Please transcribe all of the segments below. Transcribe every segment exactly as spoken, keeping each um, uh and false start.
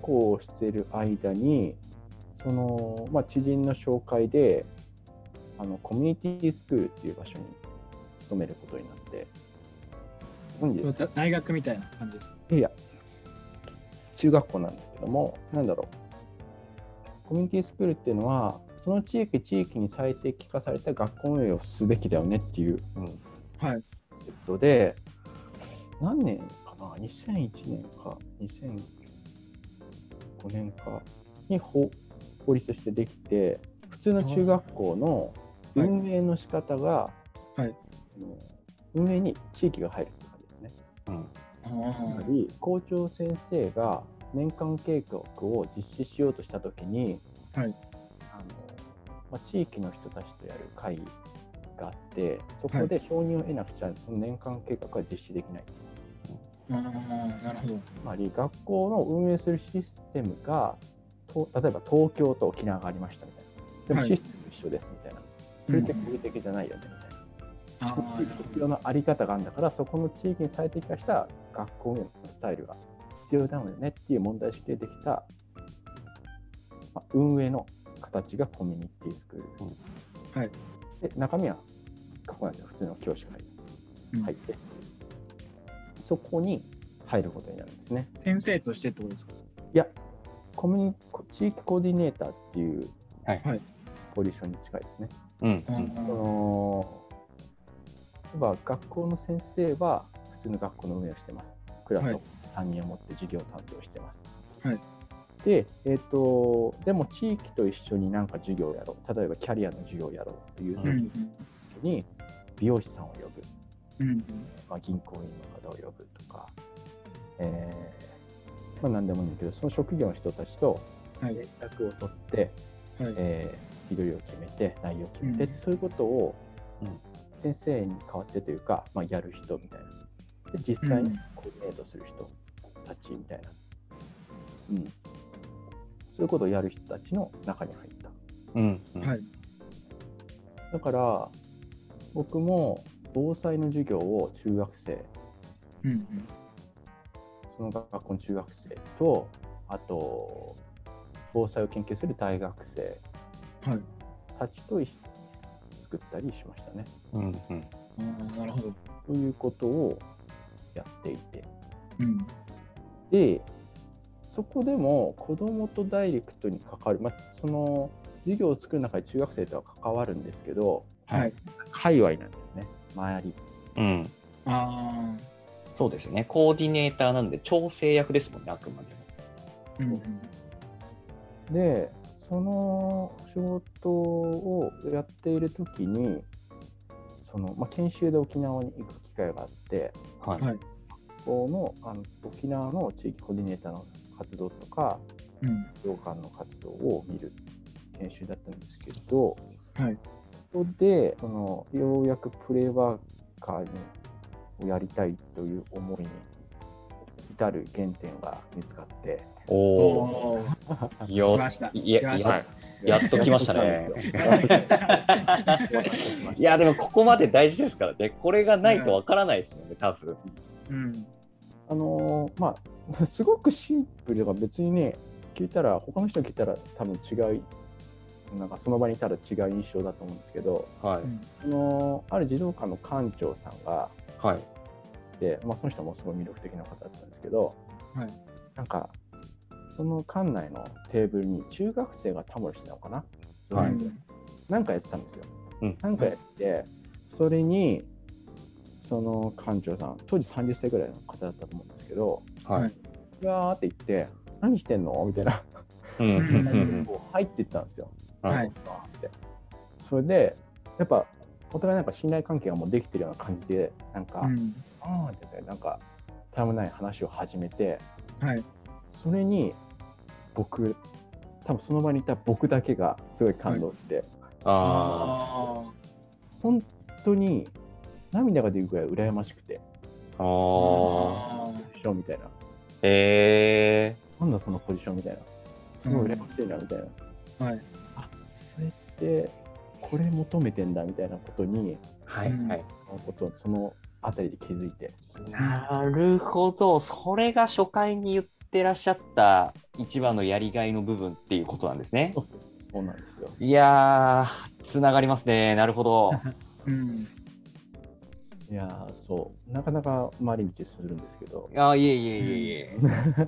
校をしている間にその、まあ、知人の紹介であのコミュニティスクールっていう場所に勤めることになって、ご存知ですか？ 大学みたいな感じですか？ いや、中学校なんだけども、なんだろう、コミュニティスクールっていうのはその地域地域に最適化された学校運営をすべきだよねっていう、うん、 はい、 セットで、何年かな、にせんいちねんかにせんごねんかに法律としてできて、普通の中学校の運営の仕方が、はいはい、運営に地域が入るって感じですね。うん、つまり校長先生が年間計画を実施しようとしたときに、はい、あのまあ、地域の人たちとやる会議があって、そこで承認を得なくちゃその年間計画は実施できない。 うん、あー、なるほど。 つまり学校の運営するシステムがと例えば東京と沖縄がありましたみたいな、でもシステム一緒ですみたいな、はい、それって合理的じゃないよねみたいな、うん、その必要なあり方があるんだから、そこの地域に最適化した学校運営のスタイルが必要だよねっていう問題意識でできた、まあ、運営の形がコミュニティスクール、うん、はい、で中身は学校なんですよ。普通の教師会に入って、うん、そこに入ることになるんですね。 先生としてってことですか？ いや、コミュニ地域コーディネーターっていう、はい、ポジションに近いですね。うんうん、その例えば学校の先生は普通の学校の運営をしてます。クラスをさんにんを持って授業担当してます。はい、で、えーと、でも地域と一緒に何か授業をやろう、例えばキャリアの授業をやろうという時に美容師さんを呼ぶ、うんうん、まあ、銀行員の方を呼ぶとか、えーまあ、何でもいいんだけど、その職業の人たちと連絡を取って、はい、えー、日取りを決めて内容を決めて、うん、そういうことを、うん、先生に代わってというか、まあ、やる人みたいな、で実際にコーディネートする人たちみたいな、うんうん、そういうことをやる人たちの中に入った、うんうん、はい、だから僕も防災の授業を中学生、うんうん、その学校の中学生と、あと防災を研究する大学生たちと一緒に作ったりしましたね。うんうん、あ、なるほど。ということをやっていて、うん、でそこでも子どもとダイレクトに関わる、まあ、その授業を作る中で中学生とは関わるんですけど、はい、界隈なんですね、周り。 うん、あ、そうですね、コーディネーターなんで調整役ですもんね、あくまでも。 うん、でその仕事をやっているときにその、まあ、研修で沖縄に行く機会があって、はい、学校の、あの沖縄の地域コーディネーターの活動とか、うん、教官の活動を見る研修だったんですけど、はい、そこでそのようやくプレイワーカーをやりたいという思いに至る原点が見つかって、 おー、よ来ました。 いやいややっと来ましたね。いやでもここまで大事ですからね。これがないとわからないですもんね、多分。 うん、あのー、まあすごくシンプルが別にね、聞いたら他の人に聞いたら多分違い、なんかその場にいたら違う印象だと思うんですけど、はい、あのー、ある児童館の館長さんが、はい、で、まあ、その人もすごい魅力的な方だったんですけど、はい、なんかその館内のテーブルに中学生がタモリしてたのかな、はい、なんかやってたんですよ、うん、なんかやって、それにその館長さん当時さんじゅっさいぐらいの方だったと思うんですけど、はい、うわーって言って何してんのみたいな入っていったんですよ、はい、それでやっぱお互いなんか信頼関係がもうできてるような感じで、なんか、うん、あーってね、なんかたわいもない話を始めて、はい、それに僕、多分その場にいた僕だけがすごい感動して、はい、あ本当に涙が出るぐらい羨ましくて、あポジションみたいな、へー、なんだそのポジションみたいな、すごい羨ましいなみたいな、うん、はい、あ、それってこれ求めてんだみたいなことに、はいはい、こと、そのあたりで気づいて、 なるほど、それが初回に言ってらっしゃった一番のやりがいの部分っていうことなんですね。 そうなんですよ。 いやー、つながりますね。なるほど。 うん、 いやー、そうなかなか回り道するんですけど。 あ、いえいえいえいえ。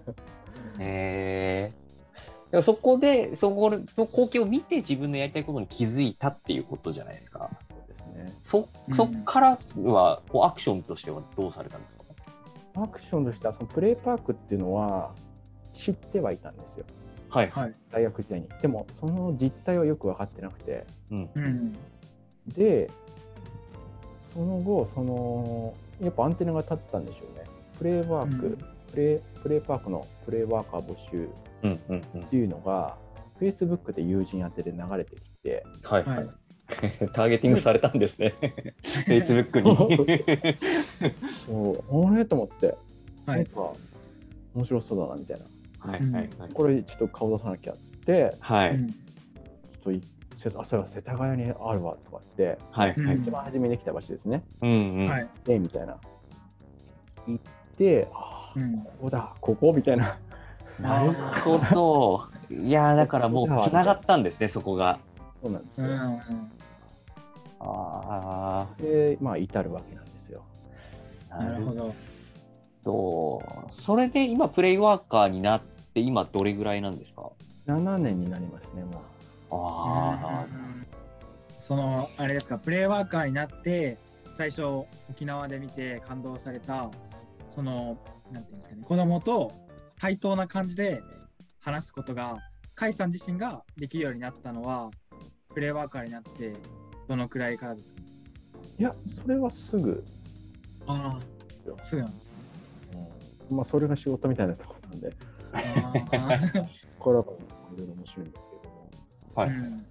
えー、でもそこでそこその光景を見て自分のやりたいことに気づいたっていうことじゃないですか。 そうですね。 そそっからはこうアクションとしてはどうされたんですか？ アクションとしてはそのプレイパークっていうのは知ってはいたんですよ。 はいはい。 大学時代に。でもその実態はよく分かってなくて、 うんうん、 でその後そのやっぱアンテナが立ったんでしょうね。プレイワーク、うん、プレイプレイパークのプレイワーカー募集っていうのが、うんうんうん、Facebook で友人宛てで流れてきて、 はいはい、ターゲティングされたんですね。Facebook に。 そうあれと思って、はい、なんか面白そうだなみたいな。 はいはいはい、 これちょっと顔出さなきゃっつって、 はい、 ちょっとあそれは世田谷にあるわとかって、 はいはい、 一番初めに来た場所ですね。 うんうん、 はい、でみたいな行って、あ、うん、ここだここみたいな。 なるほど。いやだからもうつながったんですね、そこが。 そうなんですよ。うんうん、 あでまあ至るわけなんですよ。 なるほど。 とそれで今プレイワーカーになって今どれぐらいなんですか？ ななねんになりますね、もう。 ああ、そのあれですか、プレイワーカーになって最初沖縄で見て感動されたそのなんていうんですかね、子供と対等な感じで話すことが甲斐さん自身ができるようになったのはプレイワーカーになってどのくらいからですか？ いや、それはすぐ。 ああ、すぐなんですね。 うん、まあそれが仕事みたいなところなんで。あこれはいろいろ面白いんですけども。 はい。うんうん、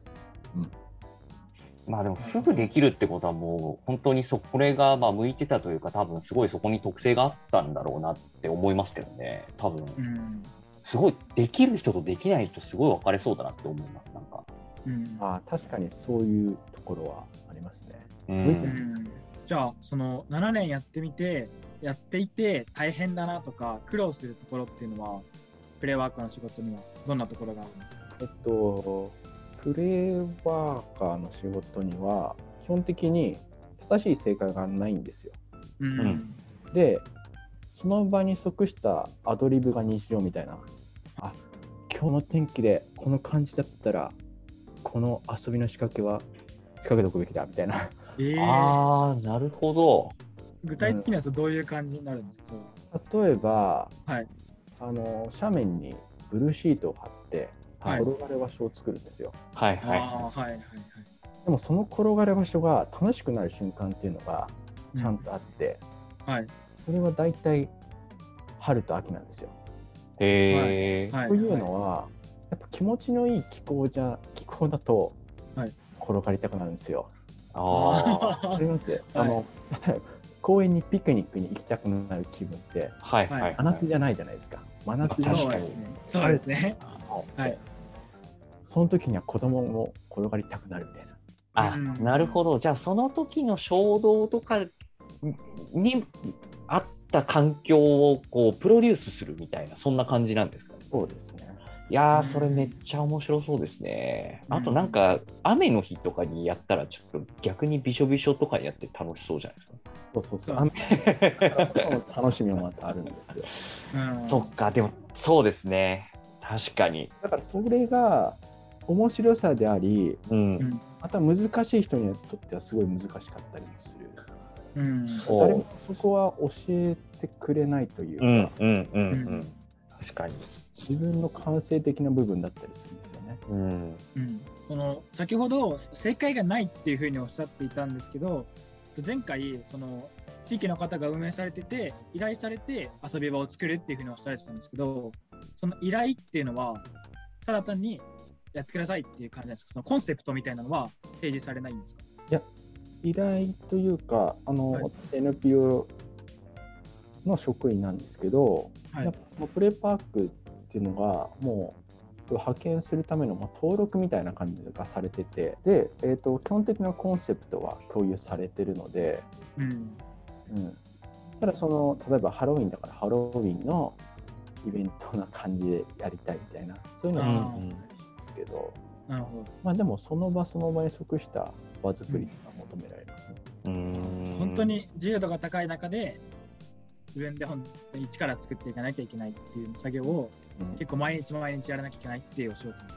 まあでもすぐできるってことはもう本当にそこれがまあ向いてたというか、多分すごいそこに特性があったんだろうなって思いますけどね。多分、うん、すごいできる人とできない人すごい分かれそうだなって思います。なんか、 うん、あ確かにそういうところはありますね。 うんうん、じゃあそのななねんやってみてやっていて大変だなとか苦労するところっていうのはプレイワーカーの仕事にはどんなところがあるんですか？ えっとプレイワーカーの仕事には基本的に正しい正解がないんですよ。うん、でその場に即したアドリブが日常みたいな。あ、今日の天気でこの感じだったらこの遊びの仕掛けは仕掛けておくべきだみたいな。 えー、ああ、なるほど。 具体的にはどういう感じになるんですか？例えば、 はい、 あの斜面にブルーシートを貼って転がる場所を作るんですよ。 はいはいはいはいはい。 でもその転がる場所が楽しくなる瞬間っていうのがちゃんとあって、 うん、はい、 それはだいたい春と秋なんですよ。 へー。というのはやっぱ気持ちのいい気候じゃ気候だと転がりたくなるんですよ。ああ。あります。あの公園にピクニックに行きたくなる気分って、 はいはいはい、 真夏じゃないじゃないですか。真夏じゃない。 確かに。そうですね。 はい。その時には子供も転がりたくなるみたいな。 あ、なるほど。じゃあその時の衝動とかに合った環境をこうプロデュースするみたいな、そんな感じなんですかね。 そうですね。 いやー、それめっちゃ面白そうですね。あとなんか雨の日とかにやったらちょっと逆にびしょびしょとかやって楽しそうじゃないですか。 そうそうそう。その楽しみもまたあるんですよ。 うん、そっか、でもそうですね。確かに。だからそれが面白さであり、うん、また難しい人にとってはすごい難しかったりもする。うん、誰もそこは教えてくれないというか、うんうんうんうん、 確かに。 自分の感性的な部分だったりするんですよね。 うんうん、その先ほど正解がないっていうふうにおっしゃっていたんですけど、前回その地域の方が運営されてて依頼されて遊び場を作るっていうふうにおっしゃられてたんですけど、その依頼っていうのはただ単にやってくださいっていう感じなんですか？そのコンセプトみたいなのは提示されないんですか？ いや、依頼というかあの、はい、エヌピーオー の職員なんですけど、はい、やっぱそのプレイパークっていうのがもう派遣するための登録みたいな感じがされてて、で、えーと、基本的なコンセプトは共有されてるので、うんうん、ただその例えばハロウィンだからハロウィンのイベントな感じでやりたいみたいな、そういうのはあるんですけど、 なるほど。 まあでもその場その場に即した場作りが求められますね。 うん、本当に自由度が高い中で自分で本当に一から作っていかなきゃいけないっていう作業を、うん、結構毎日毎日やらなきゃいけないっていうお仕事です。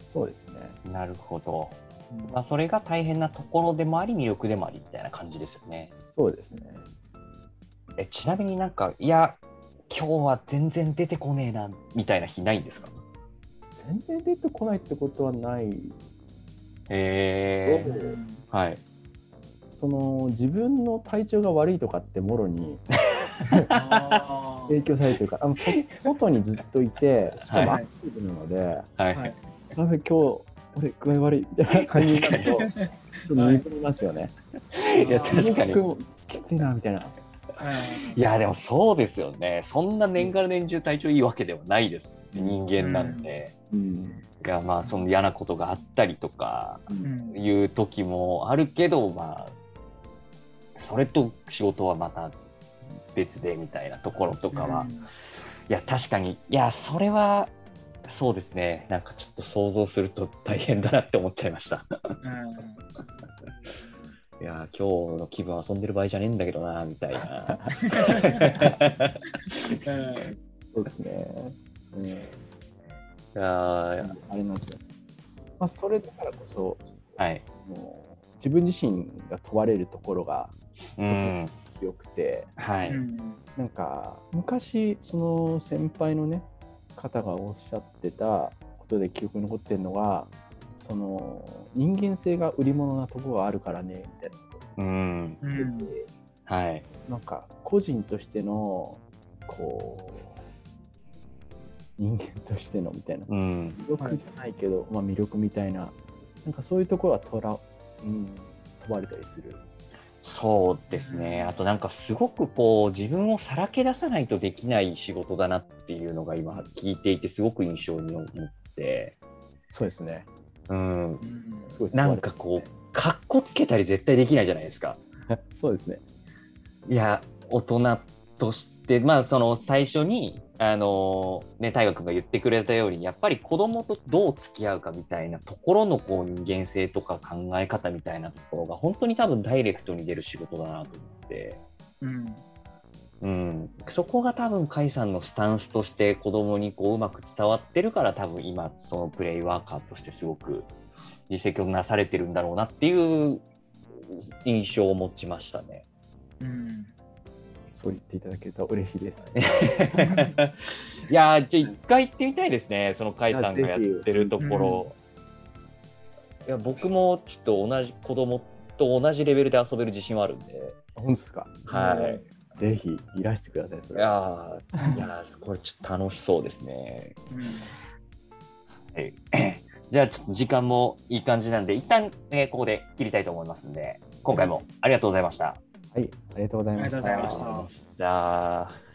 そうですね。 なるほど。うん、まあ、それが大変なところでもあり魅力でもありみたいな感じですよね。 そうですね。 えちなみになんかいや今日は全然出てこねえなみたいな日ないんですか？ 全然出てこないってことはない。 へえー、はい。 その自分の体調が悪いとかってもろに影響されてるからあのそ外にずっといてしかもアクティブなので、はいはい、今日俺具合悪いみたいな感じになるとちょっと鈍りますよね。 いや確かにきついなみたいな。 いやでもそうですよね。そんな年がら年中体調いいわけではないです、うん、人間なんで、うん、がまあその嫌なことがあったりとかいう時もあるけど、まあそれと仕事はまた別でみたいなところとかは、うん、いや確かにいやそれはそうですね。なんかちょっと想像すると大変だなって思っちゃいました。うんいや今日の気分遊んでる場合じゃねえんだけどなみたいな。 そうですね。うん、いやあれなんですよ。まあそれだからこそ、 はい、 もう自分自身が問われるところがよくて、 うん、はい、 なんか昔その先輩のね方がおっしゃってたことで記憶に残ってるのが。その人間性が売り物なところがあるからねみたいなことを言ってて、 はい、 なんか個人としてのこう人間としてのみたいな、うん、魅力じゃないけど、はいまあ、魅力みたいななんかそういうところはとら、うん、問われたりする。 そうですね。あとなんかすごくこう自分をさらけ出さないとできない仕事だなっていうのが今聞いていてすごく印象に思って。 そうですね。 うん、すごいなんかこうかっこつけたり絶対できないじゃないですか。 そうですね。 いや大人としてまあその最初にあのね大我君が言ってくれたようにやっぱり子供とどう付き合うかみたいなところのこう人間性とか考え方みたいなところが本当に多分ダイレクトに出る仕事だなと思って、うんうん、そこが多分甲斐さんのスタンスとして子供にこううまく伝わってるから多分今そのプレイワーカーとしてすごく実績をなされてるんだろうなっていう印象を持ちましたね。 うん、そう言っていただけると嬉しいです。 いやーじゃあ一回行ってみたいですねその甲斐さんがやってるところ。うん、いや僕もちょっと同じ子供と同じレベルで遊べる自信はあるんで。 本当ですか？ はい。 ぜひいらしてください。それいやいやこれちょっと楽しそうですね。うんはい、じゃあちょっと時間もいい感じなんで一旦、えー、ここで切りたいと思いますんで今回もありがとうございました。 はい、ありがとうございました。 ありがとうございました。